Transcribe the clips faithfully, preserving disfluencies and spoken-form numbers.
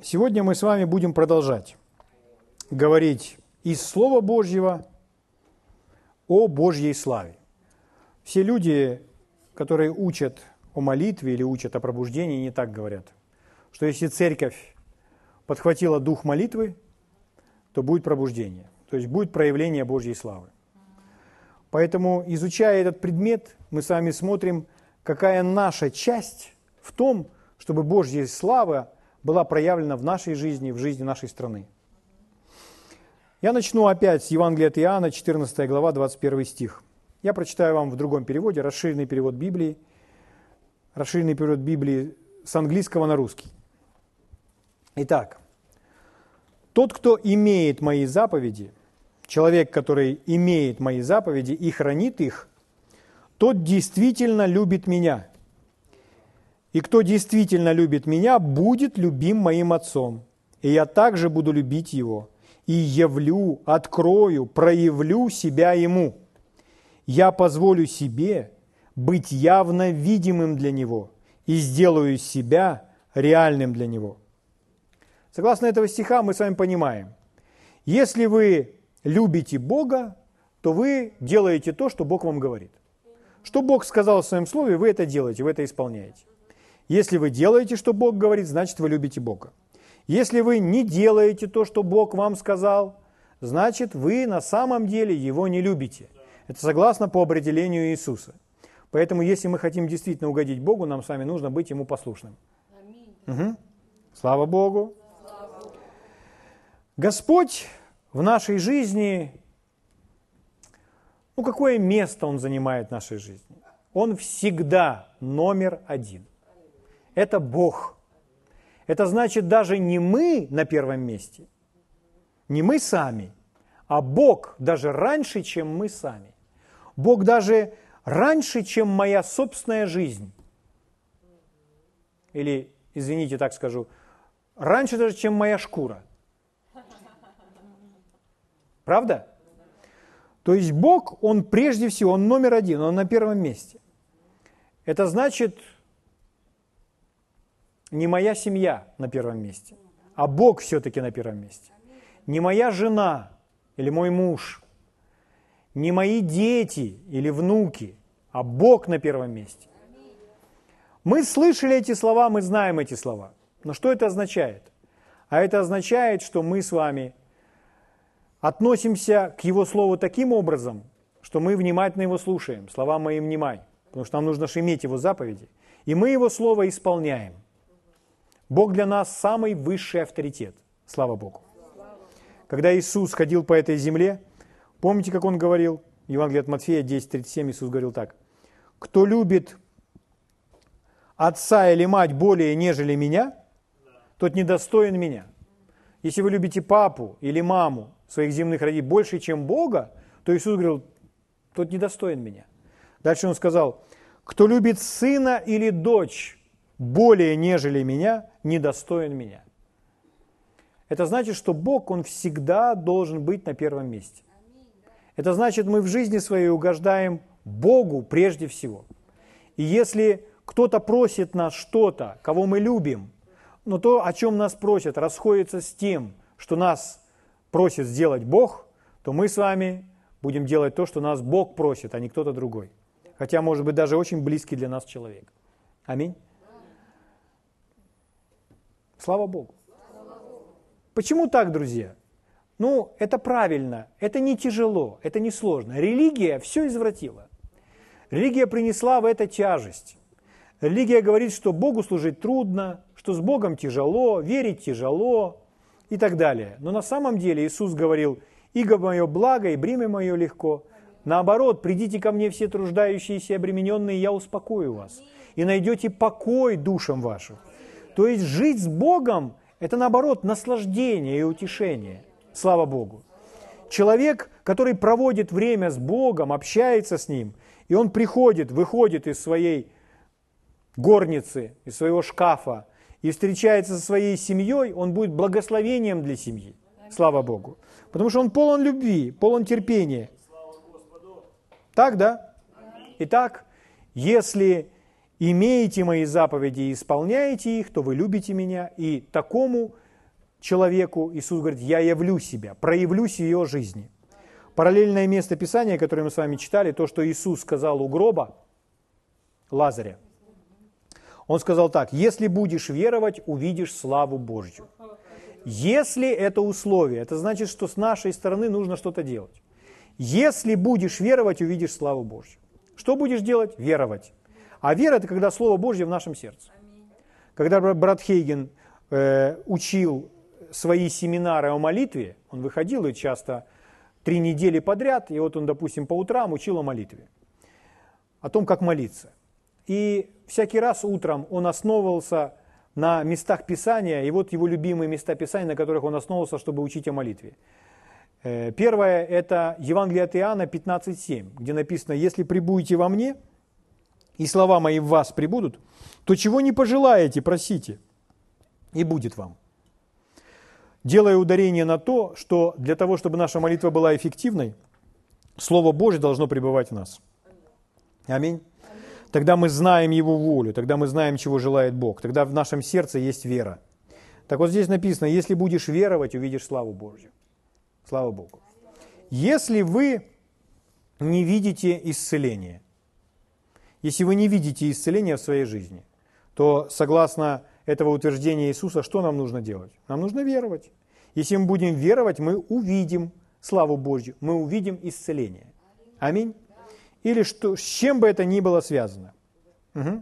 Сегодня мы с вами будем продолжать говорить из Слова Божьего о Божьей славе. Все люди, которые учат о молитве или учат о пробуждении, не так говорят, что если церковь подхватила дух молитвы, то будет пробуждение, то есть будет проявление Божьей славы. Поэтому, изучая этот предмет, мы с вами смотрим, какая наша часть в том, чтобы Божья слава была проявлена в нашей жизни, в жизни нашей страны. Я начну опять с Евангелия от Иоанна, четырнадцатая глава, двадцать первый стих. Я прочитаю вам в другом переводе, расширенный перевод Библии, расширенный перевод Библии с английского на русский. Итак, «Тот, кто имеет мои заповеди, человек, который имеет мои заповеди и хранит их, тот действительно любит меня. И кто действительно любит меня, будет любим моим Отцом, и я также буду любить его, и явлю, открою, проявлю себя ему. Я позволю себе быть явно видимым для него и сделаю себя реальным для него». Согласно этого стиха мы с вами понимаем, если вы любите Бога, то вы делаете то, что Бог вам говорит. Что Бог сказал в своем слове, вы это делаете, вы это исполняете. Если вы делаете, что Бог говорит, значит, вы любите Бога. Если вы не делаете то, что Бог вам сказал, значит, вы на самом деле Его не любите. Это согласно по определению Иисуса. Поэтому, если мы хотим действительно угодить Богу, нам с вами нужно быть Ему послушным. Угу. Слава Богу. Господь в нашей жизни, ну какое место Он занимает в нашей жизни? Он всегда номер один. Это Бог. Это значит, даже не мы на первом месте, не мы сами, а Бог даже раньше, чем мы сами. Бог даже раньше, чем моя собственная жизнь. Или, извините, так скажу, раньше даже, чем моя шкура. Правда? То есть Бог, Он прежде всего, Он номер один, Он на первом месте. Это значит, не моя семья на первом месте, а Бог все-таки на первом месте. Не моя жена или мой муж, не мои дети или внуки, а Бог на первом месте. Мы слышали эти слова, мы знаем эти слова. Но что это означает? А это означает, что мы с вами относимся к Его Слову таким образом, что мы внимательно Его слушаем. Слова мои внимай, потому что нам нужно иметь Его заповеди. И мы Его Слово исполняем. Бог для нас самый высший авторитет. Слава Богу. Когда Иисус ходил по этой земле, помните, как Он говорил? Евангелие от Матфея десять тридцать семь, Иисус говорил так. «Кто любит отца или мать более, нежели меня, тот недостоин меня». Если вы любите папу или маму своих земных родителей больше, чем Бога, то Иисус говорил, тот недостоин меня. Дальше Он сказал, кто любит сына или дочь более, нежели меня, недостоин меня. Это значит, что Бог, Он всегда должен быть на первом месте. Это значит, мы в жизни своей угождаем Богу прежде всего. И если кто-то просит нас что-то, кого мы любим, но то, о чем нас просят, расходится с тем, что нас просит сделать Бог, то мы с вами будем делать то, что нас Бог просит, а не кто-то другой. Хотя, может быть, даже очень близкий для нас человек. Аминь. Слава Богу. Почему так, друзья? Ну, это правильно, это не тяжело, это не сложно. Религия все извратила. Религия принесла в это тяжесть. Религия говорит, что Богу служить трудно, что с Богом тяжело, верить тяжело и так далее. Но на самом деле Иисус говорил, «Иго мое благо и бремя мое легко». Наоборот, придите ко мне все труждающиеся и обремененные, я успокою вас. И найдете покой душам вашим. То есть жить с Богом – это, наоборот, наслаждение и утешение. Слава Богу. Человек, который проводит время с Богом, общается с Ним, и он приходит, выходит из своей горницы, из своего шкафа, и встречается со своей семьей, он будет благословением для семьи. Слава Богу. Потому что он полон любви, полон терпения. Так, да? Итак, если имеете мои заповеди и исполняете их, то вы любите меня, и такому человеку, Иисус говорит, я явлю себя, проявлюсь в ее жизни. Параллельное место Писания, которое мы с вами читали, то, что Иисус сказал у гроба Лазаря. Он сказал так, если будешь веровать, увидишь славу Божью. Если это условие, это значит, что с нашей стороны нужно что-то делать. Если будешь веровать, увидишь славу Божью. Что будешь делать? Веровать. А вера – это когда Слово Божье в нашем сердце. Когда брат Хейген э, учил свои семинары о молитве, он выходил и часто три недели подряд, и вот он, допустим, по утрам учил о молитве, о том, как молиться. И всякий раз утром он основывался на местах Писания, и вот его любимые места Писания, на которых он основывался, чтобы учить о молитве. Первое – это Евангелие от Иоанна пятнадцать семь, где написано, «Если пребудете во мне, и слова мои в вас пребудут, то чего не пожелаете, просите, и будет вам». Делая ударение на то, что для того, чтобы наша молитва была эффективной, Слово Божье должно пребывать в нас. Аминь. Тогда мы знаем Его волю, тогда мы знаем, чего желает Бог, тогда в нашем сердце есть вера. Так вот здесь написано, если будешь веровать, увидишь славу Божью. Слава Богу. Если вы не видите исцеления, если вы не видите исцеления в своей жизни, то согласно этого утверждения Иисуса, что нам нужно делать? Нам нужно веровать. Если мы будем веровать, мы увидим славу Божью, мы увидим исцеление. Аминь. Или что, с чем бы это ни было связано. Угу.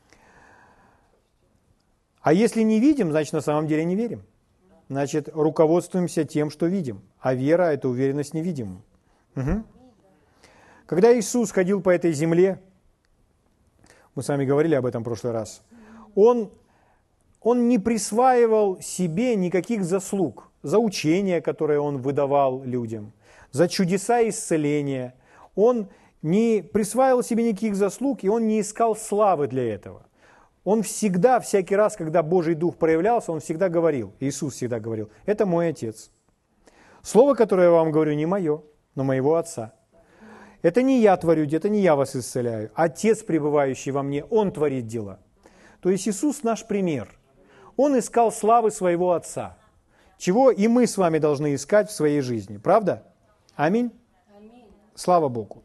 А если не видим, значит, на самом деле не верим. Значит, руководствуемся тем, что видим. А вера – это уверенность в невидимом. Угу. Когда Иисус ходил по этой земле, мы с вами говорили об этом в прошлый раз, Он, он не присваивал себе никаких заслуг за учения, которые Он выдавал людям, за чудеса исцеления. Он не присваивал себе никаких заслуг, и Он не искал славы для этого. Он всегда, всякий раз, когда Божий Дух проявлялся, Он всегда говорил, Иисус всегда говорил, это мой Отец. Слово, которое я вам говорю, не мое, но моего Отца. Это не я творю, это не я вас исцеляю. Отец, пребывающий во мне, Он творит дела. То есть Иисус наш пример. Он искал славы своего Отца, чего и мы с вами должны искать в своей жизни. Правда? Аминь? Аминь. Слава Богу.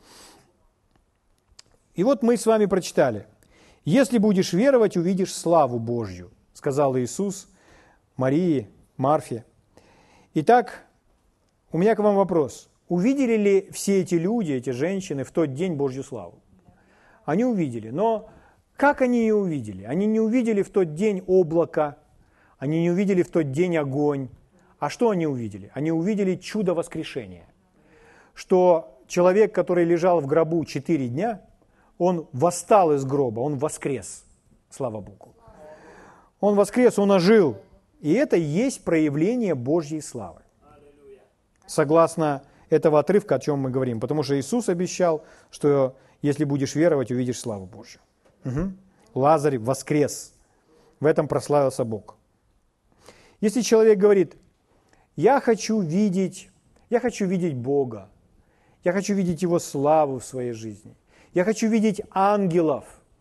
И вот мы с вами прочитали. «Если будешь веровать, увидишь славу Божью», сказал Иисус Марии, Марфе. Итак, у меня к вам вопрос. Увидели ли все эти люди, эти женщины в тот день Божью славу? Они увидели, но как они ее увидели? Они не увидели в тот день облако, они не увидели в тот день огонь. А что они увидели? Они увидели чудо воскрешения. Что человек, который лежал в гробу четыре дня, он восстал из гроба, он воскрес. Слава Богу. Он воскрес, он ожил. И это и есть проявление Божьей славы. Согласно этого отрывка, о чем мы говорим. Потому что Иисус обещал, что если будешь веровать, увидишь славу Божью. Угу. Лазарь воскрес. В этом прославился Бог. Если человек говорит, я хочу видеть, я хочу видеть Бога, я хочу видеть Его славу в своей жизни, я хочу видеть ангелов,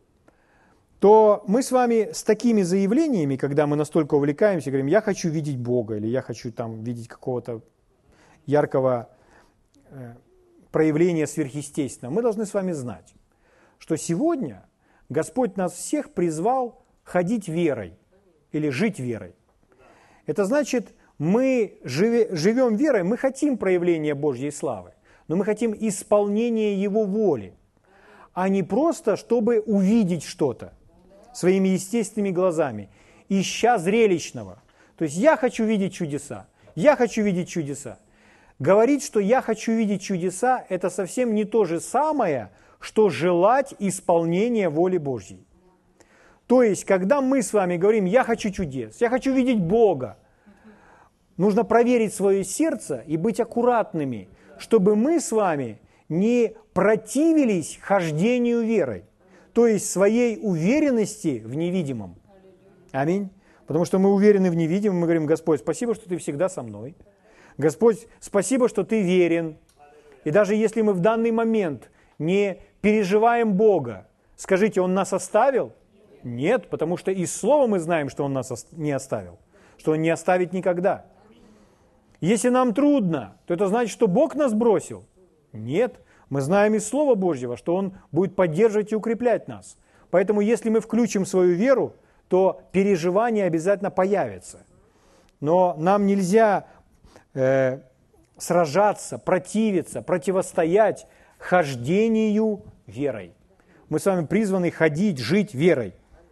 то мы с вами с такими заявлениями, когда мы настолько увлекаемся, говорим, я хочу видеть Бога, или я хочу там видеть какого-то яркого э, проявления сверхъестественного, мы должны с вами знать, что сегодня Господь нас всех призвал ходить верой или жить верой. Это значит, мы живе, живем верой, мы хотим проявления Божьей славы, но мы хотим исполнения Его воли, а не просто, чтобы увидеть что-то своими естественными глазами, ища зрелищного. То есть я хочу видеть чудеса, я хочу видеть чудеса. Говорить, что я хочу видеть чудеса, это совсем не то же самое, что желать исполнения воли Божьей. То есть, когда мы с вами говорим, я хочу чудес, я хочу видеть Бога, нужно проверить свое сердце и быть аккуратными, чтобы мы с вами не противились хождению верой, то есть своей уверенности в невидимом. Аминь. Потому что мы уверены в невидимом, мы говорим, Господь, спасибо, что Ты всегда со мной. Господь, спасибо, что Ты верен. И даже если мы в данный момент не переживаем Бога, скажите, Он нас оставил? Нет, потому что из слова мы знаем, что Он нас не оставил. что Он не оставит никогда. Если нам трудно, то это значит, что Бог нас бросил? Нет. Мы знаем из Слова Божьего, что Он будет поддерживать и укреплять нас. Поэтому, если мы включим свою веру, то переживание обязательно появится. Но нам нельзя э, сражаться, противиться, противостоять хождению верой. Мы с вами призваны ходить, жить верой.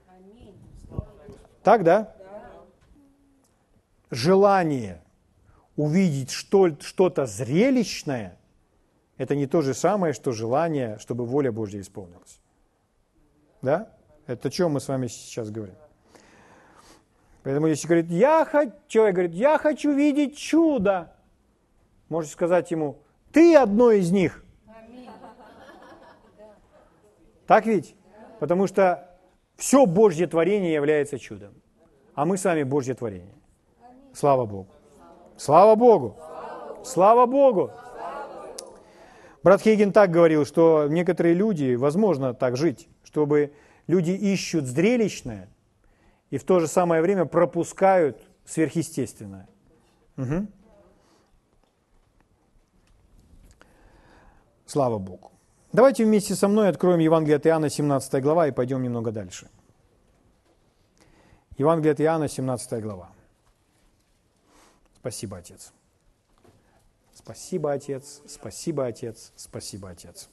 Так, да? Желание увидеть что- что-то зрелищное – это не то же самое, что желание, чтобы воля Божья исполнилась. Да? Это о чем мы с вами сейчас говорим. Поэтому если говорит, я хочу, человек говорит, я хочу видеть чудо, можете сказать ему, ты одно из них. Так ведь? Потому что все Божье творение является чудом. А мы сами Божье творение. Слава Богу. Слава Богу. Слава Богу. Брат Хейген так говорил, что некоторые люди, возможно так жить, чтобы люди ищут зрелищное и в то же самое время пропускают сверхъестественное. Угу. Слава Богу. Давайте вместе со мной откроем Евангелие от Иоанна, семнадцатая глава, и пойдем немного дальше. Евангелие от Иоанна, семнадцатая глава. Спасибо, Отец. Спасибо, Отец. Спасибо, Отец. Спасибо, Отец.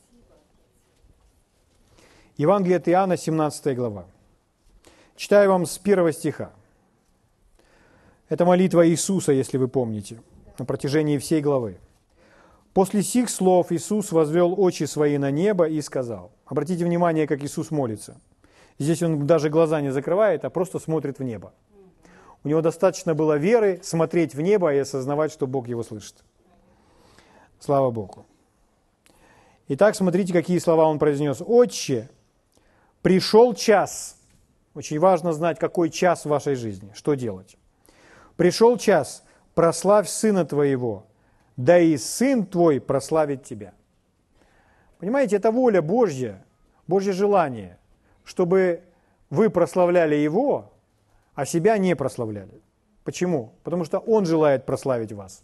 Евангелие от Иоанна, семнадцатая глава. Читаю вам с первого стиха. Это молитва Иисуса, если вы помните, на протяжении всей главы. «После сих слов Иисус возвел очи свои на небо и сказал». Обратите внимание, как Иисус молится. Здесь Он даже глаза не закрывает, а просто смотрит в небо. У Него достаточно было веры смотреть в небо и осознавать, что Бог Его слышит. Слава Богу. Итак, смотрите, какие слова Он произнес. «Отче, пришел час». Очень важно знать, какой час в вашей жизни, что делать. «Пришел час, прославь Сына Твоего, да и Сын Твой прославит Тебя». Понимаете, это воля Божья, Божье желание, чтобы вы прославляли Его, а себя не прославляли. Почему? Потому что Он желает прославить вас.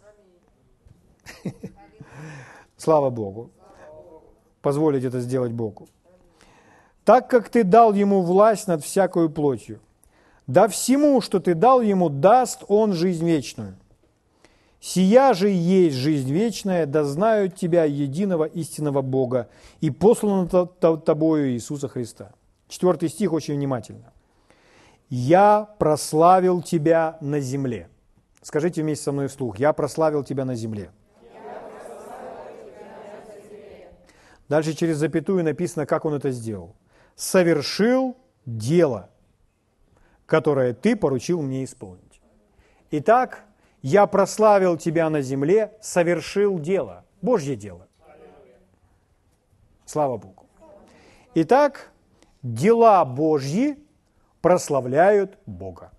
Слава Богу. Позволить это сделать Богу. «Так как Ты дал Ему власть над всякою плотью, да всему, что Ты дал Ему, даст Он жизнь вечную. Сия же и есть жизнь вечная, да знают Тебя, единого истинного Бога, и посланного Тобою Иисуса Христа». Четвертый стих очень внимательно. «Я прославил Тебя на земле». Скажите вместе со мной вслух. «Я прославил Тебя на земле». Дальше через запятую написано, как Он это сделал. «Совершил дело, которое Ты поручил мне исполнить». Итак, я прославил Тебя на земле, совершил дело, Божье дело. Слава Богу. Итак, дела Божьи прославляют Бога.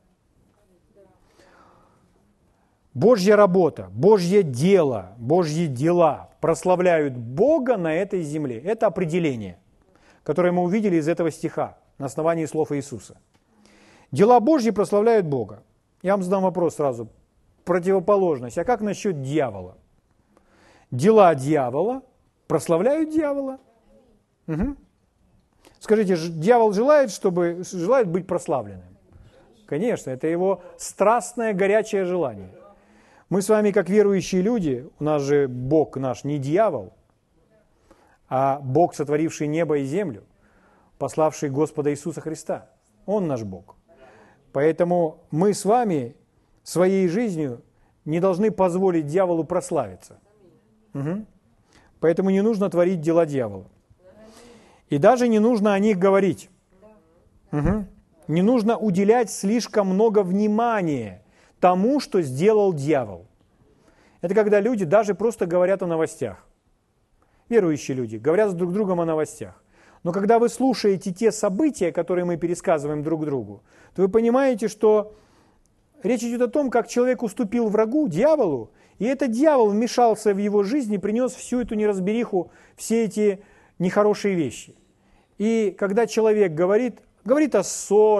Божья работа, Божье дело, Божьи дела прославляют Бога на этой земле. Это определение, которое мы увидели из этого стиха на основании слов Иисуса. Дела Божьи прославляют Бога. Я вам задам вопрос сразу. Противоположность. А как насчет дьявола? Дела дьявола прославляют дьявола? Угу. Скажите, дьявол желает, чтобы, желает быть прославленным? Конечно, это его страстное, горячее желание. Мы с вами, как верующие люди, у нас же Бог наш не дьявол, а Бог, сотворивший небо и землю, пославший Господа Иисуса Христа. Он наш Бог. Поэтому мы с вами своей жизнью не должны позволить дьяволу прославиться. Угу. Поэтому не нужно творить дела дьявола. И даже не нужно о них говорить. Угу. Не нужно уделять слишком много внимания тому, что сделал дьявол. Это когда люди даже просто говорят о новостях. Верующие люди говорят друг с другом о новостях. Но когда вы слушаете те события, которые мы пересказываем друг другу, то вы понимаете, что речь идет о том, как человек уступил врагу, дьяволу, и этот дьявол вмешался в его жизнь и принес всю эту неразбериху, все эти нехорошие вещи. И когда человек говорит, говорит о ссорах,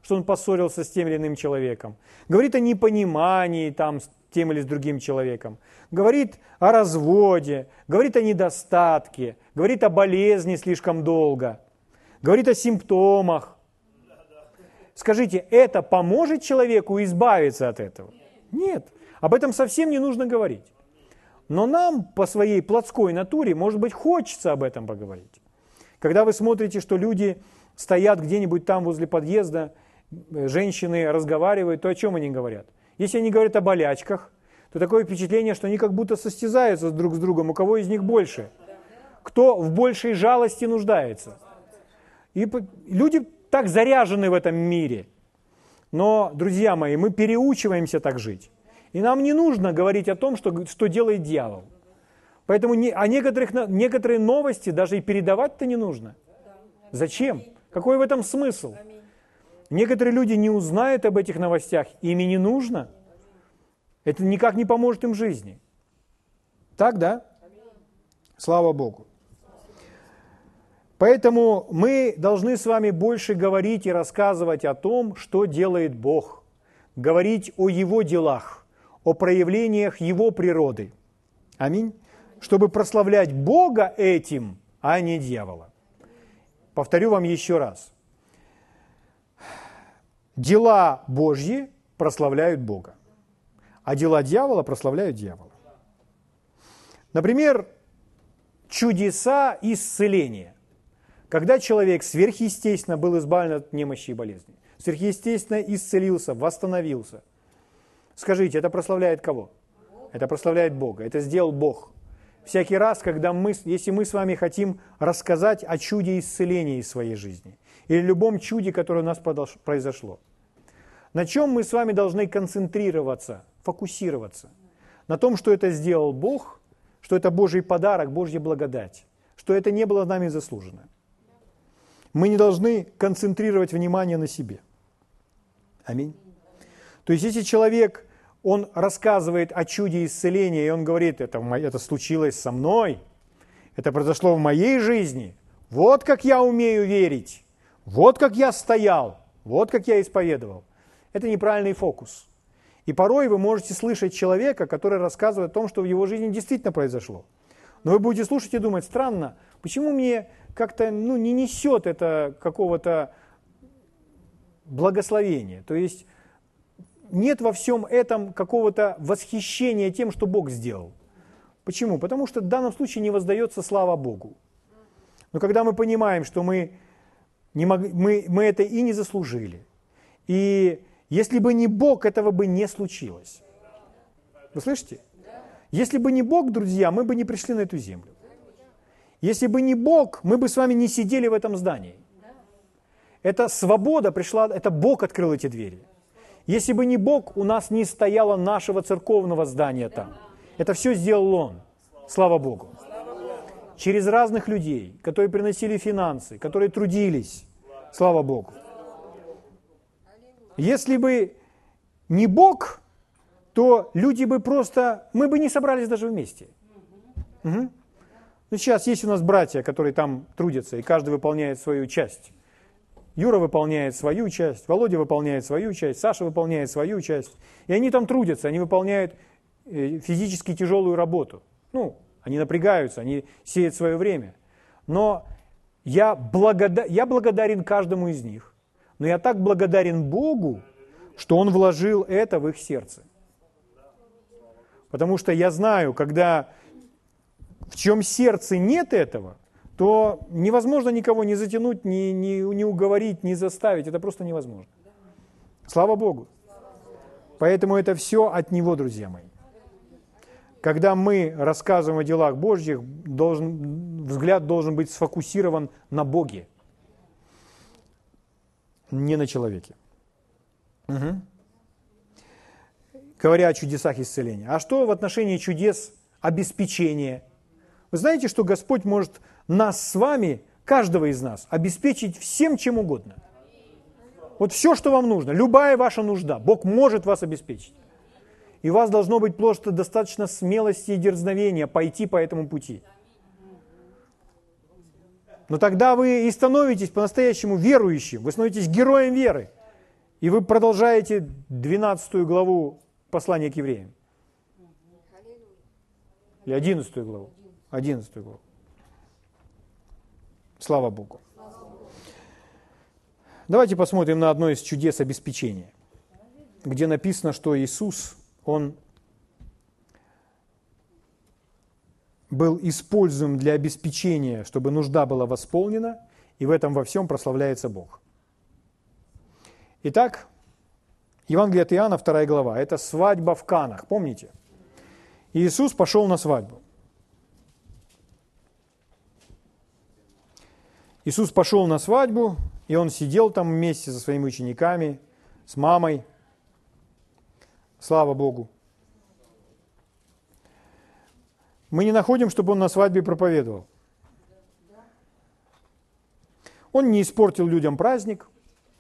что он поссорился с тем или иным человеком. Говорит о непонимании там, с тем или с другим человеком. Говорит о разводе, говорит о недостатке, говорит о болезни слишком долго, говорит о симптомах. Скажите, это поможет человеку избавиться от этого? Нет, об этом совсем не нужно говорить. Но нам по своей плотской натуре, может быть, хочется об этом поговорить. Когда вы смотрите, что люди стоят где-нибудь там возле подъезда, женщины разговаривают, то о чем они говорят? Если они говорят о болячках, то такое впечатление, что они как будто состязаются друг с другом, у кого из них больше, кто в большей жалости нуждается. И люди так заряжены в этом мире. Но, друзья мои, мы переучиваемся так жить. И нам не нужно говорить о том, что, что делает дьявол. Поэтому не, о некоторых, некоторые новости даже и передавать-то не нужно. Зачем? Какой в этом смысл? Некоторые люди не узнают об этих новостях, ими не нужно. Это никак не поможет им в жизни. Так, да? Слава Богу. Поэтому мы должны с вами больше говорить и рассказывать о том, что делает Бог. Говорить о Его делах, о проявлениях Его природы. Аминь. Чтобы прославлять Бога этим, а не дьявола. Повторю вам еще раз. Дела Божьи прославляют Бога, а дела дьявола прославляют дьявола. Например, чудеса исцеления. Когда человек сверхъестественно был избавлен от немощи и болезни, сверхъестественно исцелился, восстановился. Скажите, это прославляет кого? Это прославляет Бога. Это сделал Бог. Всякий раз, когда мы, если мы с вами хотим рассказать о чуде исцеления из своей жизни, или любом чуде, которое у нас произошло, на чем мы с вами должны концентрироваться, фокусироваться? На том, что это сделал Бог, что это Божий подарок, Божья благодать, что это не было нами заслужено. Мы не должны концентрировать внимание на себе. Аминь. То есть, если человек, он рассказывает о чуде исцеления, и он говорит, это, это случилось со мной, это произошло в моей жизни, вот как я умею верить, вот как я стоял, вот как я исповедовал. Это неправильный фокус. И порой вы можете слышать человека, который рассказывает о том, что в его жизни действительно произошло. Но вы будете слушать и думать, странно, почему мне как-то ну, не несет это какого-то благословения. То есть нет во всем этом какого-то восхищения тем, что Бог сделал. Почему? Потому что в данном случае не воздается слава Богу. Но когда мы понимаем, что мы, не мог, мы, мы это и не заслужили, и если бы не Бог, этого бы не случилось. Вы слышите? Если бы не Бог, друзья, мы бы не пришли на эту землю. Если бы не Бог, мы бы с вами не сидели в этом здании. Эта свобода пришла, это Бог открыл эти двери. Если бы не Бог, у нас не стояло нашего церковного здания там. Это все сделал Он. Слава Богу. Через разных людей, которые приносили финансы, которые трудились. Слава Богу. Если бы не Бог, то люди бы просто... Мы бы не собрались даже вместе. Угу. Ну, сейчас есть у нас братья, которые там трудятся, и каждый выполняет свою часть. Юра выполняет свою часть, Володя выполняет свою часть, Саша выполняет свою часть. И они там трудятся, они выполняют физически тяжелую работу. Ну, они напрягаются, они сеют свое время. Но я, благода... я благодарен каждому из них. Но я так благодарен Богу, что Он вложил это в их сердце. Потому что я знаю, когда в чьем сердце нет этого, то невозможно никого не затянуть, ни, ни, ни уговорить, ни заставить. Это просто невозможно. Слава Богу. Поэтому это все от Него, друзья мои. Когда мы рассказываем о делах Божьих, должен, взгляд должен быть сфокусирован на Боге, не на человеке. Угу. Говоря о чудесах исцеления. А что в отношении чудес обеспечения? Вы знаете, что Господь может нас с вами, каждого из нас, обеспечить всем, чем угодно. Вот все, что вам нужно, любая ваша нужда, Бог может вас обеспечить. И у вас должно быть просто достаточно смелости и дерзновения пойти по этому пути. Но тогда вы и становитесь по-настоящему верующим, вы становитесь героем веры. И вы продолжаете двенадцатую главу послания к евреям. Или одиннадцатую главу. одиннадцатую главу. Слава Богу. Давайте посмотрим на одно из чудес обеспечения, где написано, что Иисус, Он был используем для обеспечения, чтобы нужда была восполнена, и в этом во всем прославляется Бог. Итак, Евангелие от Иоанна, вторая глава, это свадьба в Канах, помните? Иисус пошел на свадьбу. Иисус пошел на свадьбу, и Он сидел там вместе со своими учениками, с мамой. Слава Богу. Мы не находим, чтобы Он на свадьбе проповедовал. Он не испортил людям праздник.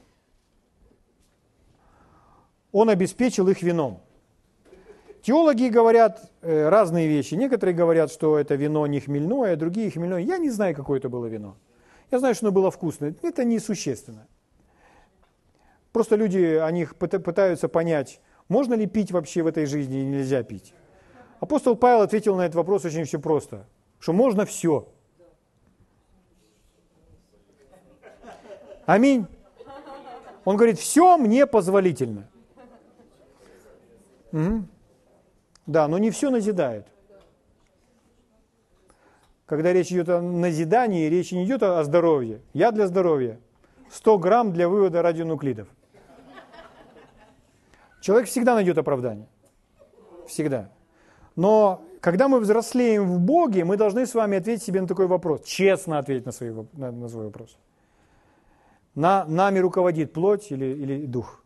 Он обеспечил их вином. Теологи говорят э, разные вещи. Некоторые говорят, что это вино не хмельное, а другие хмельное. Я не знаю, какое это было вино. Я знаю, что оно было вкусное. Это несущественно. Просто люди о них пытаются понять, можно ли пить вообще в этой жизни или нельзя пить. Апостол Павел ответил на этот вопрос очень все просто, что можно все. Аминь. Он говорит, все мне позволительно. Угу. Да, но не все назидает. Когда речь идет о назидании, речь не идет о здоровье. Я для здоровья. сто грамм для вывода радионуклидов. Человек всегда найдет оправдание. Всегда. Но когда мы взрослеем в Боге, мы должны с вами ответить себе на такой вопрос. Честно ответить на свой, на, на свой вопрос. На, нами руководит плоть или, или дух?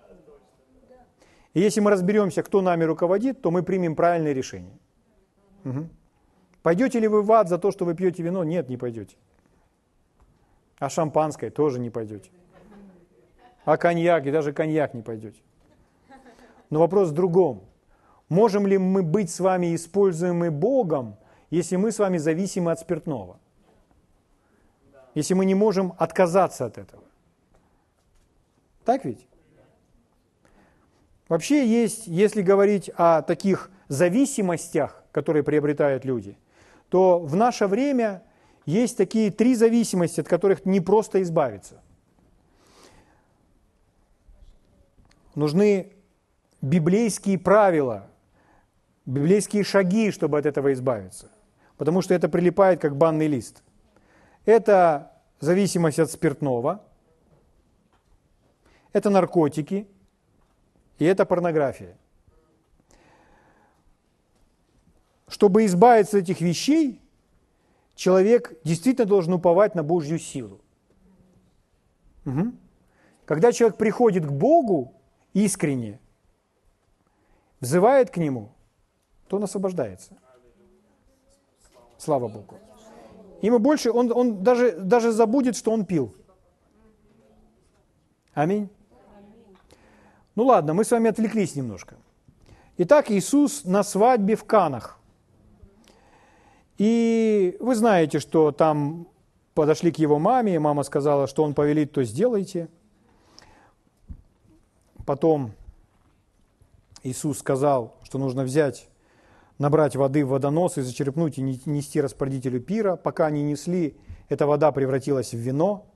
И если мы разберемся, кто нами руководит, то мы примем правильное решение. Угу. Пойдете ли вы в ад за то, что вы пьете вино? Нет, не пойдете. А шампанское тоже не пойдете. А коньяк, и даже коньяк не пойдете. Но вопрос в другом. Можем ли мы быть с вами используемы Богом, если мы с вами зависимы от спиртного? Если мы не можем отказаться от этого? Так ведь? Вообще есть, если говорить о таких зависимостях, которые приобретают люди, то в наше время есть такие три зависимости, от которых не просто избавиться. Нужны библейские правила, библейские шаги, чтобы от этого избавиться. Потому что это прилипает, как банный лист. Это зависимость от спиртного, это наркотики и это порнография. Чтобы избавиться от этих вещей, человек действительно должен уповать на Божью силу. Угу. Когда человек приходит к Богу искренне, взывает к Нему, то он освобождается. Слава Богу. Ему больше, он, он даже, даже забудет, что он пил. Аминь. Ну ладно, мы с вами отвлеклись немножко. Итак, Иисус на свадьбе в Канах. И вы знаете, что там подошли к его маме, и мама сказала, что он повелит, то сделайте. Потом Иисус сказал, что нужно взять, набрать воды в водонос и зачерпнуть и нести распорядителю пира. Пока они несли, эта вода превратилась в вино.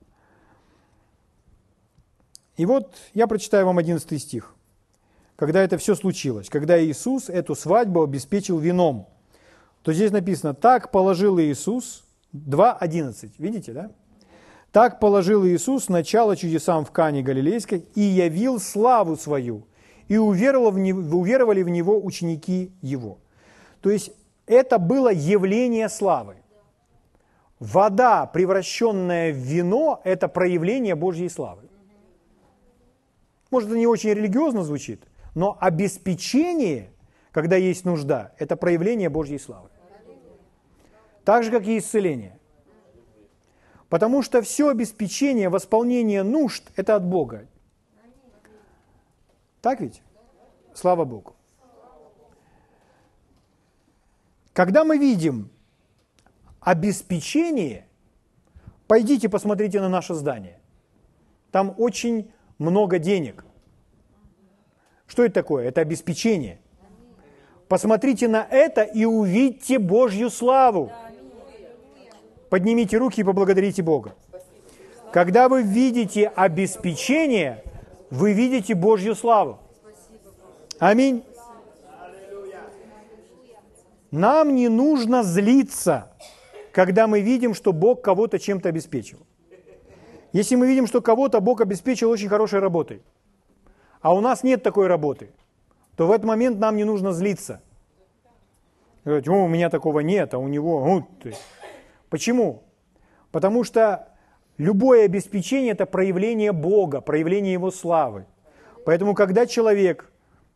И вот я прочитаю вам одиннадцатый стих. Когда это все случилось, когда Иисус эту свадьбу обеспечил вином, то здесь написано, так положил Иисус, два одиннадцать, видите, да? Так положил Иисус начало чудесам в Кане Галилейской и явил славу свою, и уверовали в него, уверовали в него ученики его. То есть это было явление славы. Вода, превращенная в вино, это проявление Божьей славы. Может, это не очень религиозно звучит, но обеспечение, когда есть нужда, это проявление Божьей славы. Так же, как и исцеление. Потому что все обеспечение, восполнение нужд – это от Бога. Так ведь? Слава Богу. Когда мы видим обеспечение, пойдите посмотрите на наше здание. Там очень много денег. Что это такое? Это обеспечение. Посмотрите на это и увидьте Божью славу. Поднимите руки и поблагодарите Бога. Когда вы видите обеспечение, вы видите Божью славу. Аминь. Нам не нужно злиться, когда мы видим, что Бог кого-то чем-то обеспечил. Если мы видим, что кого-то Бог обеспечил очень хорошей работой, а у нас нет такой работы, то в этот момент нам не нужно злиться. Говорить, о, у меня такого нет, а у него... Ну, ты. Почему? Потому что любое обеспечение – это проявление Бога, проявление Его славы. Поэтому, когда человек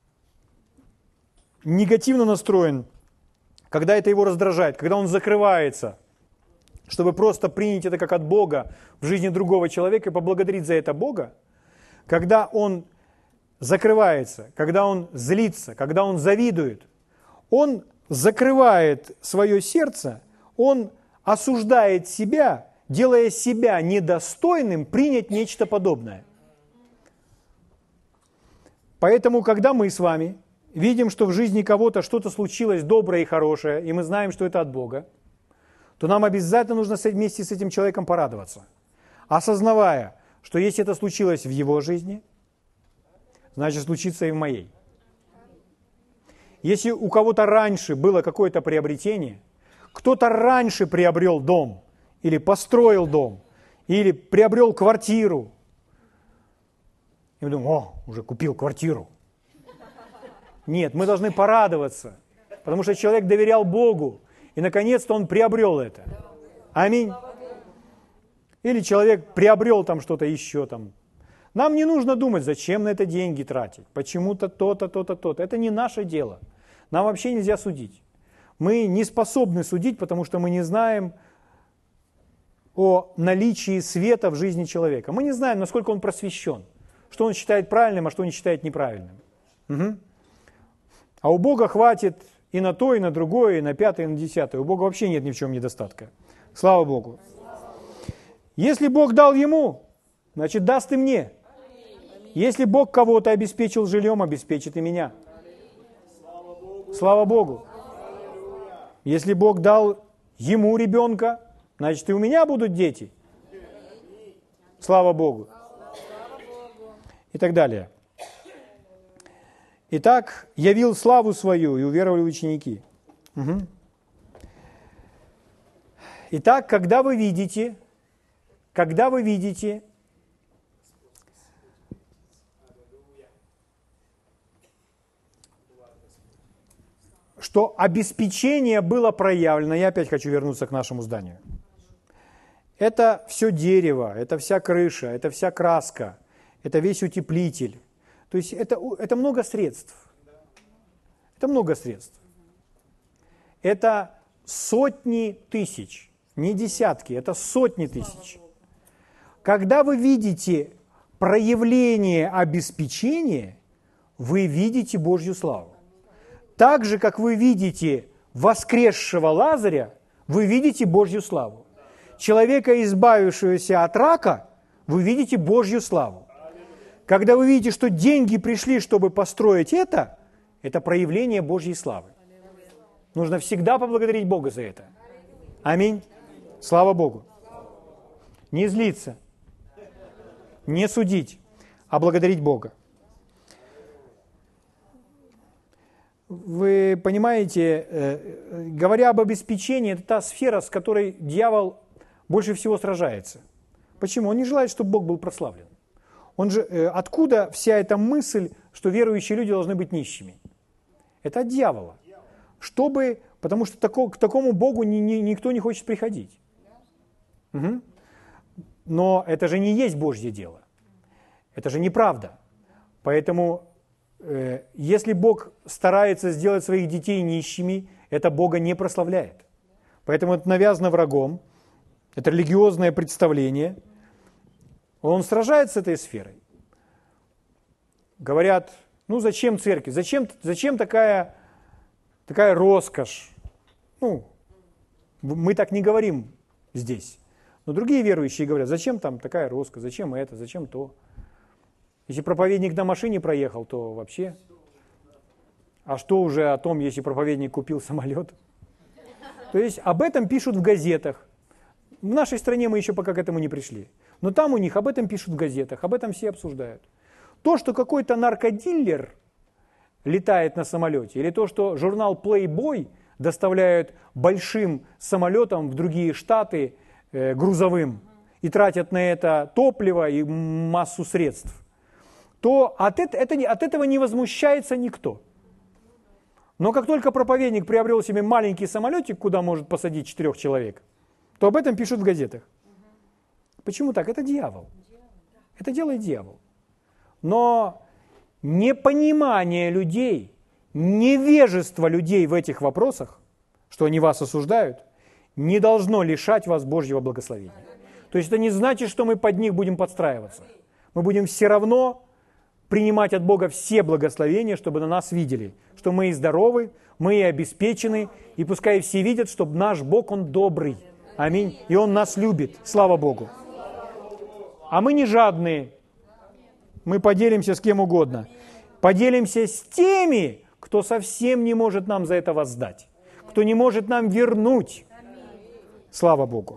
негативно настроен, когда это его раздражает, когда он закрывается, чтобы просто принять это как от Бога в жизни другого человека и поблагодарить за это Бога, когда он закрывается, когда он злится, когда он завидует, он закрывает свое сердце, он осуждает себя, делая себя недостойным принять нечто подобное. Поэтому, когда мы с вами видим, что в жизни кого-то что-то случилось доброе и хорошее, и мы знаем, что это от Бога, то нам обязательно нужно вместе с этим человеком порадоваться, осознавая, что если это случилось в его жизни, значит, случится и в моей. Если у кого-то раньше было какое-то приобретение, кто-то раньше приобрел дом, или построил дом, или приобрел квартиру, и мы думаем, о, уже купил квартиру. Нет, мы должны порадоваться, потому что человек доверял Богу, и наконец-то он приобрел это. Аминь. Или человек приобрел там что-то еще там. Нам не нужно думать, зачем на это деньги тратить, почему-то то-то, то-то, то-то. Это не наше дело. Нам вообще нельзя судить. Мы не способны судить, потому что мы не знаем о наличии света в жизни человека. Мы не знаем, насколько он просвещен, что он считает правильным, а что не считает неправильным. Угу. А у Бога хватит и на то, и на другое, и на пятое, и на десятое. У Бога вообще нет ни в чем недостатка. Слава Богу. Если Бог дал ему, значит, даст и мне. Если Бог кого-то обеспечил жильем, обеспечит и меня. Слава Богу. Если Бог дал ему ребенка, значит, и у меня будут дети. Слава Богу. И так далее. Итак, явил славу свою, и уверовали ученики. Угу. Итак, когда вы видите, когда вы видите, что обеспечение было проявлено, я опять хочу вернуться к нашему зданию. Это все дерево, это вся крыша, это вся краска, это весь утеплитель. То есть это, это много средств. Это много средств. Это сотни тысяч, не десятки, это сотни тысяч. Когда вы видите проявление обеспечения, вы видите Божью славу. Так же, как вы видите воскресшего Лазаря, вы видите Божью славу. Человека, избавившегося от рака, вы видите Божью славу. Когда вы видите, что деньги пришли, чтобы построить это, это проявление Божьей славы. Нужно всегда поблагодарить Бога за это. Аминь. Слава Богу. Не злиться, не судить, а благодарить Бога. Вы понимаете, говоря об обеспечении, это та сфера, с которой дьявол больше всего сражается. Почему? Он не желает, чтобы Бог был прославлен. Он же, откуда вся эта мысль, что верующие люди должны быть нищими? Это от дьявола. Чтобы, потому что тако, к такому Богу ни, ни, никто не хочет приходить. Угу. Но это же не есть Божье дело. Это же неправда. Поэтому, э, если Бог старается сделать своих детей нищими, это Бога не прославляет. Поэтому это навязано врагом, это религиозное представление. Он сражается с этой сферой. Говорят, ну зачем церковь, зачем, зачем такая, такая роскошь? Ну, мы так не говорим здесь. Но другие верующие говорят, зачем там такая роскошь, зачем это, зачем то? Если проповедник на машине проехал, то вообще. А что уже о том, если проповедник купил самолет? То есть об этом пишут в газетах. В нашей стране мы еще пока к этому не пришли. Но там у них об этом пишут в газетах, об этом все обсуждают. То, что какой-то наркодилер летает на самолете, или то, что журнал Playboy доставляют большим самолетом в другие штаты э, грузовым и тратят на это топливо и массу средств, то от, это, это, от этого не возмущается никто. Но как только проповедник приобрел себе маленький самолетик, куда может посадить четырех человек, то об этом пишут в газетах. Почему так? Это дьявол. Это делает дьявол. Но непонимание людей, невежество людей в этих вопросах, что они вас осуждают, не должно лишать вас Божьего благословения. То есть это не значит, что мы под них будем подстраиваться. Мы будем все равно принимать от Бога все благословения, чтобы на нас видели, что мы и здоровы, мы и обеспечены, и пускай все видят, что наш Бог, Он добрый. Аминь. И Он нас любит. Слава Богу. А мы не жадные. Мы поделимся с кем угодно. Поделимся с теми, кто совсем не может нам за это воздать, кто не может нам вернуть. Слава Богу.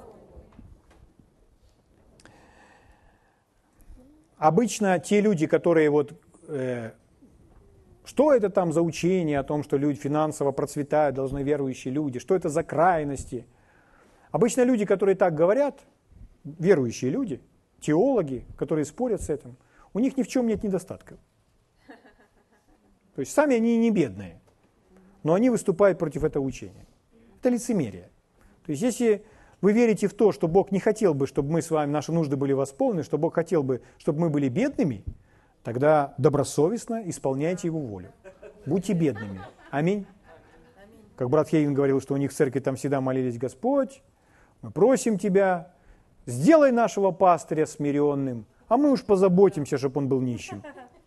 Обычно те люди, которые вот, э, что это там за учение о том, что люди финансово процветают, должны верующие люди, что это за крайности. Обычно люди, которые так говорят, верующие люди, теологи, которые спорят с этим, у них ни в чем нет недостатков. То есть сами они не бедные, но они выступают против этого учения. Это лицемерие. То есть если вы верите в то, что Бог не хотел бы, чтобы мы с вами, наши нужды были восполнены, что Бог хотел бы, чтобы мы были бедными, тогда добросовестно исполняйте Его волю. Будьте бедными. Аминь. Как брат Хейген говорил, что у них в церкви там всегда молились: Господь, мы просим Тебя, сделай нашего пастыря смиренным, а мы уж позаботимся, чтобы он был нищим.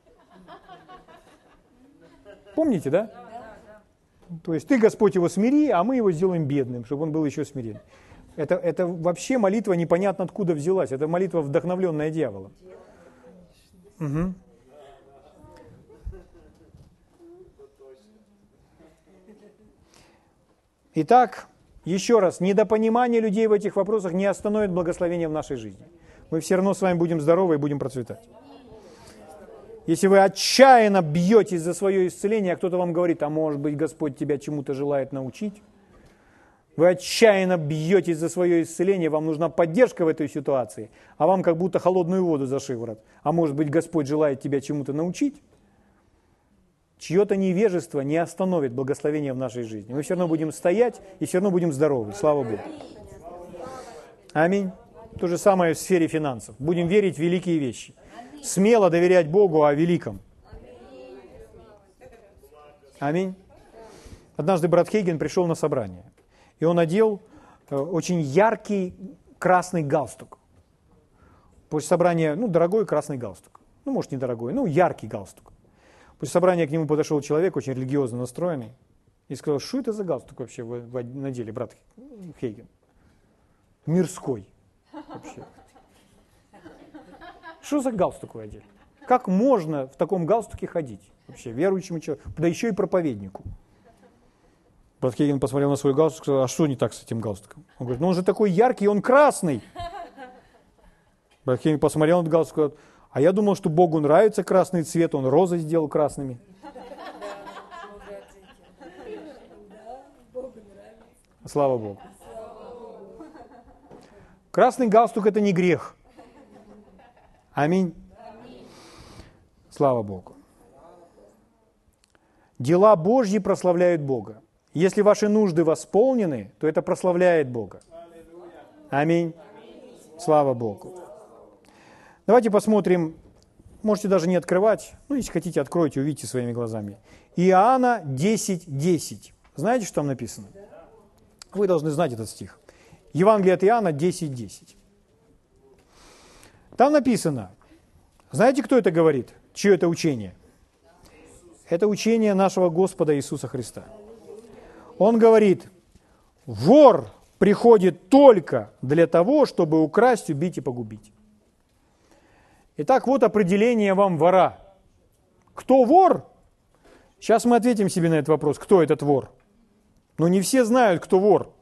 Помните, да? То есть ты, Господь, его смири, а мы его сделаем бедным, чтобы он был еще смирен. Это, это вообще молитва непонятно откуда взялась. Это молитва, вдохновленная дьяволом. Угу. Итак, еще раз, недопонимание людей в этих вопросах не остановит благословения в нашей жизни. Мы все равно с вами будем здоровы и будем процветать. Если вы отчаянно бьетесь за свое исцеление, а кто-то вам говорит: а может быть, Господь тебя чему-то желает научить, вы отчаянно бьетесь за свое исцеление, вам нужна поддержка в этой ситуации, а вам как будто холодную воду за шиворот. А может быть, Господь желает тебя чему-то научить? Чье-то невежество не остановит благословение в нашей жизни. Мы все равно будем стоять и все равно будем здоровы. Слава Богу. Аминь. То же самое в сфере финансов. Будем верить в великие вещи. Смело доверять Богу о великом. Аминь. Однажды брат Хейген пришел на собрание, и он одел очень яркий красный галстук. После собрания, ну, дорогой красный галстук. Ну, может, не дорогой, ну, яркий галстук. После собрания к нему подошел человек, очень религиозно настроенный, и сказал: что это за галстук вообще вы надели, брат Хейген? Мирской. Вообще. Что за галстук вы одели? Как можно в таком галстуке ходить? Вообще, верующему человеку, да еще и проповеднику. Брат Хейген посмотрел на свой галстук и сказал: а что не так с этим галстуком? Он говорит: ну он же такой яркий, он красный. Брат Хейген посмотрел на этот галстук и сказал: а я думал, что Богу нравится красный цвет, он розы сделал красными. Слава Богу. Красный галстук – это не грех. Аминь. Слава Богу. Дела Божьи прославляют Бога. Если ваши нужды восполнены, то это прославляет Бога. Аминь. Слава Богу. Давайте посмотрим, можете даже не открывать, ну, если хотите, откройте, увидите своими глазами. Иоанна десять десять. Знаете, что там написано? Вы должны знать этот стих. Евангелие от Иоанна десять десять. Там написано, знаете, кто это говорит? Чье это учение? Это учение нашего Господа Иисуса Христа. Он говорит: вор приходит только для того, чтобы украсть, убить и погубить. Итак, вот определение вам вора. Кто вор? Сейчас мы ответим себе на этот вопрос, кто этот вор. Но не все знают, кто вор.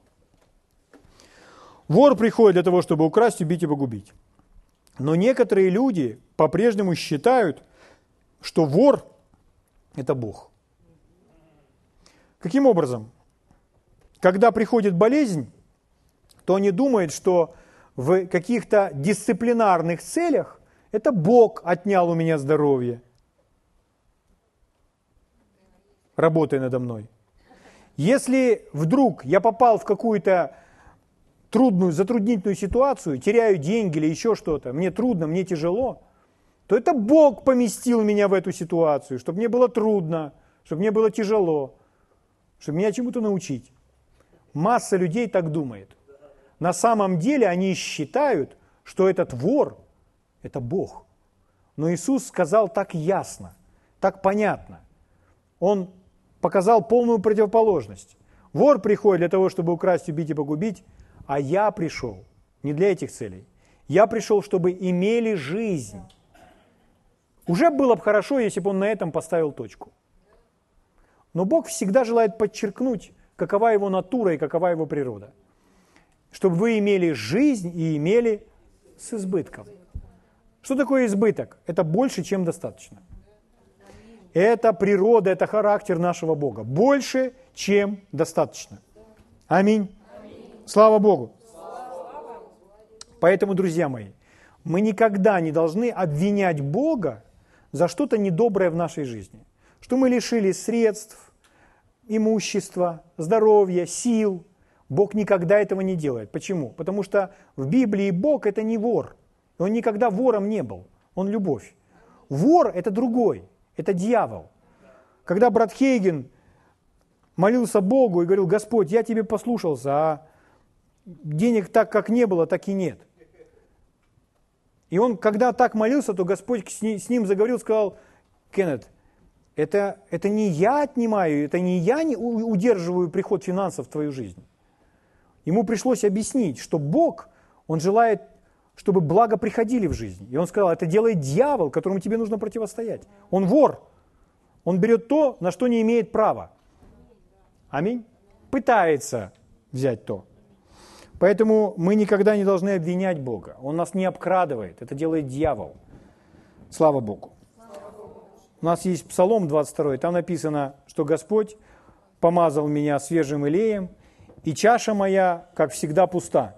Вор приходит для того, чтобы украсть, убить и погубить. Но некоторые люди по-прежнему считают, что вор – это Бог. Каким образом? Когда приходит болезнь, то они думают, что в каких-то дисциплинарных целях это Бог отнял у меня здоровье, работая надо мной. Если вдруг я попал в какую-то трудную, затруднительную ситуацию, теряю деньги или еще что-то, мне трудно, мне тяжело, то это Бог поместил меня в эту ситуацию, чтобы мне было трудно, чтобы мне было тяжело, чтобы меня чему-то научить. Масса людей так думает. На самом деле они считают, что этот вор – это Бог. Но Иисус сказал так ясно, так понятно. Он показал полную противоположность. Вор приходит для того, чтобы украсть, убить и погубить, а я пришел не для этих целей. Я пришел, чтобы имели жизнь. Уже было бы хорошо, если бы он на этом поставил точку. Но Бог всегда желает подчеркнуть, какова его натура и какова его природа. Чтобы вы имели жизнь и имели с избытком. Что такое избыток? Это больше, чем достаточно. Это природа, это характер нашего Бога. Больше, чем достаточно. Аминь. Аминь. Слава Богу. Слава. Поэтому, друзья мои, мы никогда не должны обвинять Бога за что-то недоброе в нашей жизни. Что мы лишились средств, имущества, здоровья, сил. Бог никогда этого не делает. Почему? Потому что в Библии Бог – это не вор. Он никогда вором не был. Он любовь. Вор – это другой. Это дьявол. Когда брат Хейген молился Богу и говорил: Господь, я тебе послушался, а денег так, как не было, так и нет. И он, когда так молился, то Господь с ним заговорил, сказал: Кеннет, это, это не я отнимаю, это не я не удерживаю приход финансов в твою жизнь. Ему пришлось объяснить, что Бог, Он желает, чтобы благо приходили в жизнь. И Он сказал: это делает дьявол, которому тебе нужно противостоять. Он вор. Он берет то, на что не имеет права. Аминь. Пытается взять то. Поэтому мы никогда не должны обвинять Бога. Он нас не обкрадывает. Это делает дьявол. Слава Богу. У нас есть Псалом двадцать два, там написано, что Господь помазал меня свежим илеем, и чаша моя, как всегда, пуста.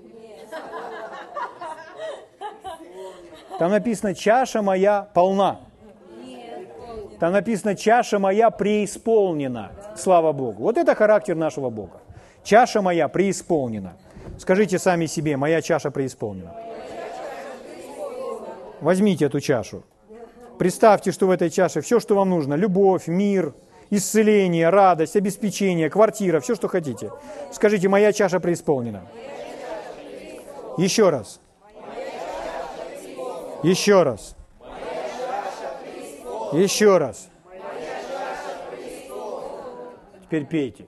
Там написано: чаша моя полна. Там написано: чаша моя преисполнена. Слава Богу. Вот это характер нашего Бога. Чаша моя преисполнена. Скажите сами себе: моя чаша преисполнена. Возьмите эту чашу. Представьте, что в этой чаше все, что вам нужно. Любовь, мир, исцеление, радость, обеспечение, квартира, все, что хотите. Скажите: моя чаша преисполнена. Еще раз. Еще раз. Еще раз. Теперь пейте.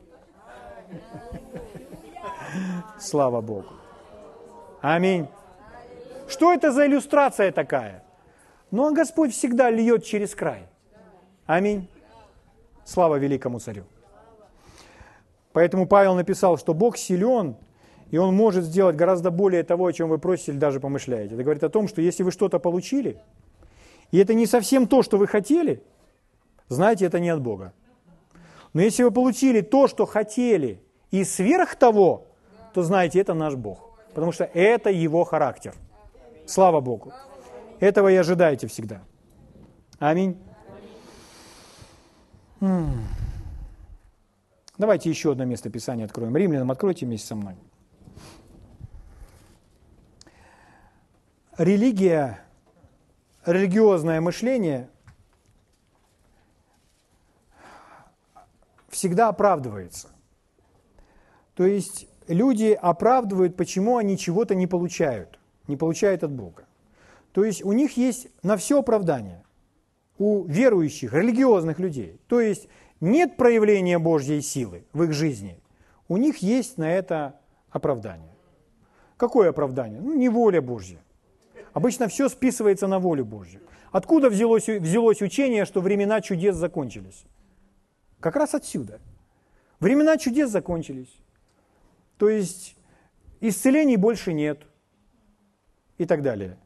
Слава Богу. Аминь. Что это за иллюстрация такая? Ну, а Господь всегда льет через край. Аминь. Слава великому царю. Поэтому Павел написал, что Бог силен, и Он может сделать гораздо более того, о чем вы просите или даже помышляете. Это говорит о том, что если вы что-то получили, и это не совсем то, что вы хотели, знаете, это не от Бога. Но если вы получили то, что хотели, и сверх того, то знаете, это наш Бог. Потому что это Его характер. Слава Богу. Этого и ожидайте всегда. Аминь. М-м. Давайте еще одно место Писания откроем. Римлянам откройте вместе со мной. Религия, религиозное мышление всегда оправдывается. То есть люди оправдывают, почему они чего-то не получают, не получают от Бога. То есть у них есть на все оправдание, у верующих, религиозных людей. То есть нет проявления Божьей силы в их жизни, у них есть на это оправдание. Какое оправдание? Ну, не воля Божья. Обычно все списывается на волю Божью. Откуда взялось, взялось учение, что времена чудес закончились? Как раз отсюда. Времена чудес закончились. То есть исцелений больше нет и так далее.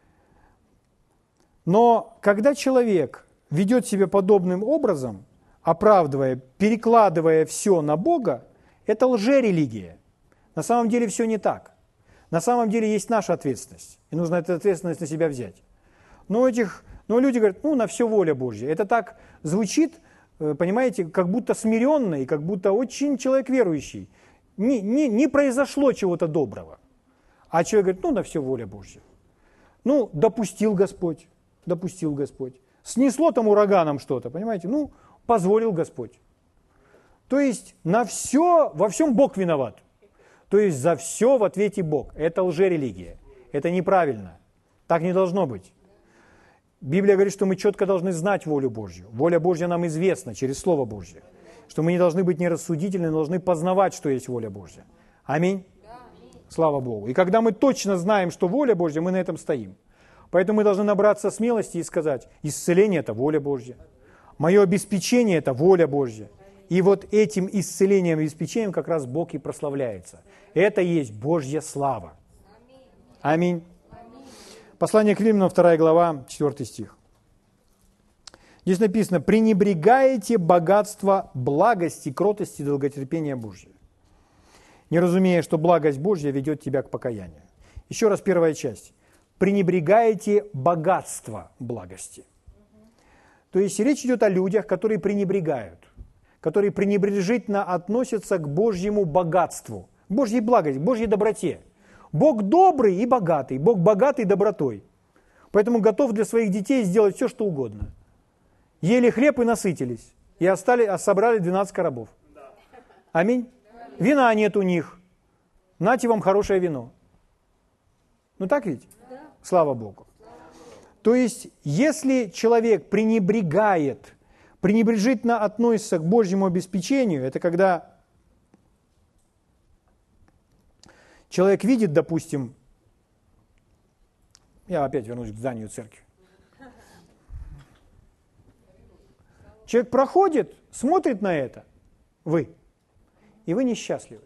Но когда человек ведет себя подобным образом, оправдывая, перекладывая все на Бога, это лжерелигия. На самом деле все не так. На самом деле есть наша ответственность, и нужно эту ответственность на себя взять. Но, этих, но люди говорят, ну, на все воля Божья. Это так звучит, понимаете, как будто смиренно и как будто очень человек верующий. Не, не, не произошло чего-то доброго. А человек говорит, ну, на все воля Божья. Ну, допустил Господь, допустил Господь. Снесло там ураганом что-то, понимаете, ну, позволил Господь. То есть на все, во всем Бог виноват. То есть за все в ответе Бог. Это лжерелигия. Это неправильно. Так не должно быть. Библия говорит, что мы четко должны знать волю Божью. Воля Божья нам известна через Слово Божье. Что мы не должны быть нерассудительны, но должны познавать, что есть воля Божья. Аминь. Слава Богу. И когда мы точно знаем, что воля Божья, мы на этом стоим. Поэтому мы должны набраться смелости и сказать, исцеление – это воля Божья. Мое обеспечение – это воля Божья. И вот этим исцелением и обеспечением как раз Бог и прославляется. Это и есть Божья слава. Аминь. Послание к Римлянам, вторая глава, четвёртый стих. Здесь написано, «Пренебрегаете богатство благости, кротости и долготерпения Божьего, не разумея, что благость Божья ведет тебя к покаянию». Еще раз первая часть. «Пренебрегаете богатство благости». То есть речь идет о людях, которые пренебрегают, которые пренебрежительно относятся к Божьему богатству, к Божьей благости, к Божьей доброте. Бог добрый и богатый, Бог богатый добротой. Поэтому готов для своих детей сделать все, что угодно. Ели хлеб и насытились, и остали, собрали двенадцать коробов. Аминь. Вина нет у них. Нате вам хорошее вино. Ну так ведь? Слава Богу. То есть, если человек пренебрегает, пренебрежительно относится к Божьему обеспечению, это когда человек видит, допустим, я опять вернусь к зданию церкви. Человек проходит, смотрит на это, вы, и вы несчастливы.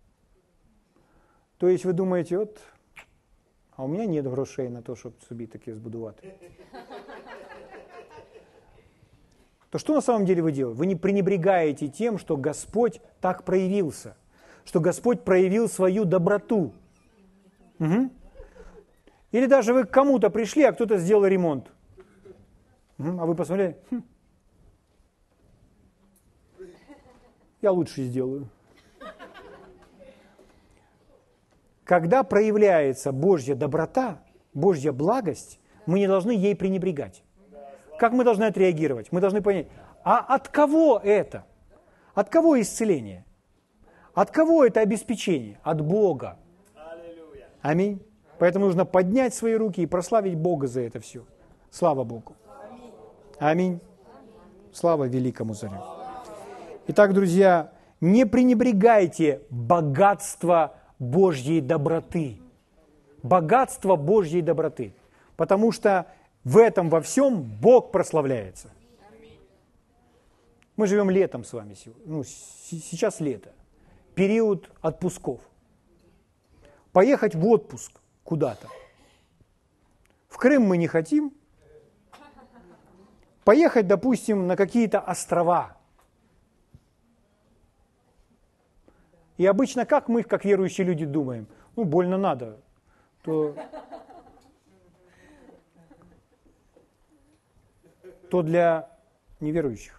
То есть вы думаете, от... а у меня нет грошей на то, щоб собі таке збудувати. То что на самом деле вы делаете? Вы не пренебрегаете тем, что Господь так проявился, что Господь проявил свою доброту. Угу. Или даже вы к кому-то пришли, а кто-то сделал ремонт. Угу. А вы посмотрели, хм, я лучше сделаю. Когда проявляется Божья доброта, Божья благость, мы не должны ей пренебрегать. Как мы должны отреагировать? Мы должны понять, а от кого это? От кого исцеление? От кого это обеспечение? От Бога. Аминь. Поэтому нужно поднять свои руки и прославить Бога за это все. Слава Богу. Аминь. Слава великому царю. Итак, друзья, не пренебрегайте богатство Божьей доброты. Богатство Божьей доброты. Потому что в этом во всем Бог прославляется. Мы живем летом с вами. Ну, сейчас лето. Период отпусков. Поехать в отпуск куда-то. В Крым мы не хотим. Поехать, допустим, на какие-то острова. И обычно как мы, как верующие люди, думаем? Ну, больно надо. То, то для неверующих.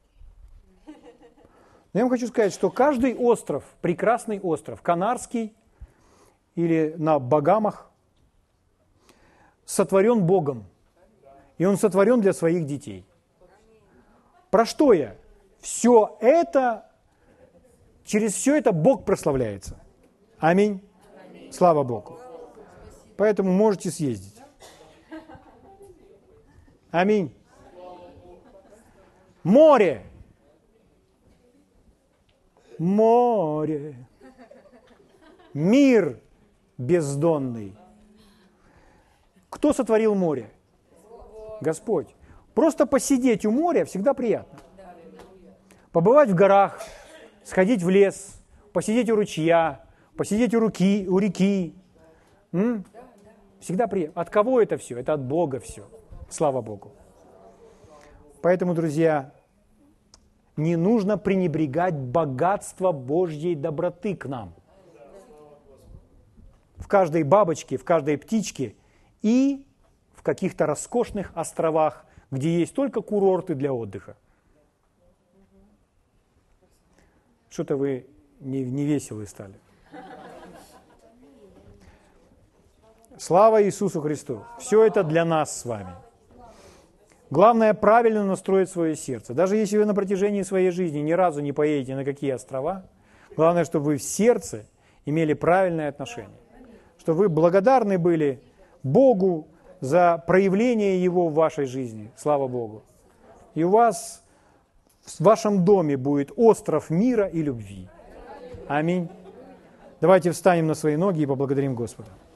Но я вам хочу сказать, что каждый остров, прекрасный остров, Канарский или на Багамах, сотворен Богом. И он сотворен для своих детей. Про что я? Все это, через все это Бог прославляется. Аминь. Аминь. Слава Богу. Поэтому можете съездить. Аминь. Море. Море. Мир бездонный. Кто сотворил море? Господь. Просто посидеть у моря всегда приятно. Побывать в горах, сходить в лес, посидеть у ручья, посидеть у, руки, у реки. М? Всегда приятно. От кого это все? Это от Бога все. Слава Богу. Поэтому, друзья, не нужно пренебрегать богатство Божьей доброты к нам. В каждой бабочке, в каждой птичке и в каких-то роскошных островах, где есть только курорты для отдыха. Что-то вы не, не веселые стали. Слава Иисусу Христу! Все это для нас с вами. Главное, правильно настроить свое сердце. Даже если вы на протяжении своей жизни ни разу не поедете на какие острова, главное, чтобы вы в сердце имели правильное отношение. Чтобы вы благодарны были Богу за проявление Его в вашей жизни. Слава Богу. И у вас в вашем доме будет остров мира и любви. Аминь. Давайте встанем на свои ноги и поблагодарим Господа.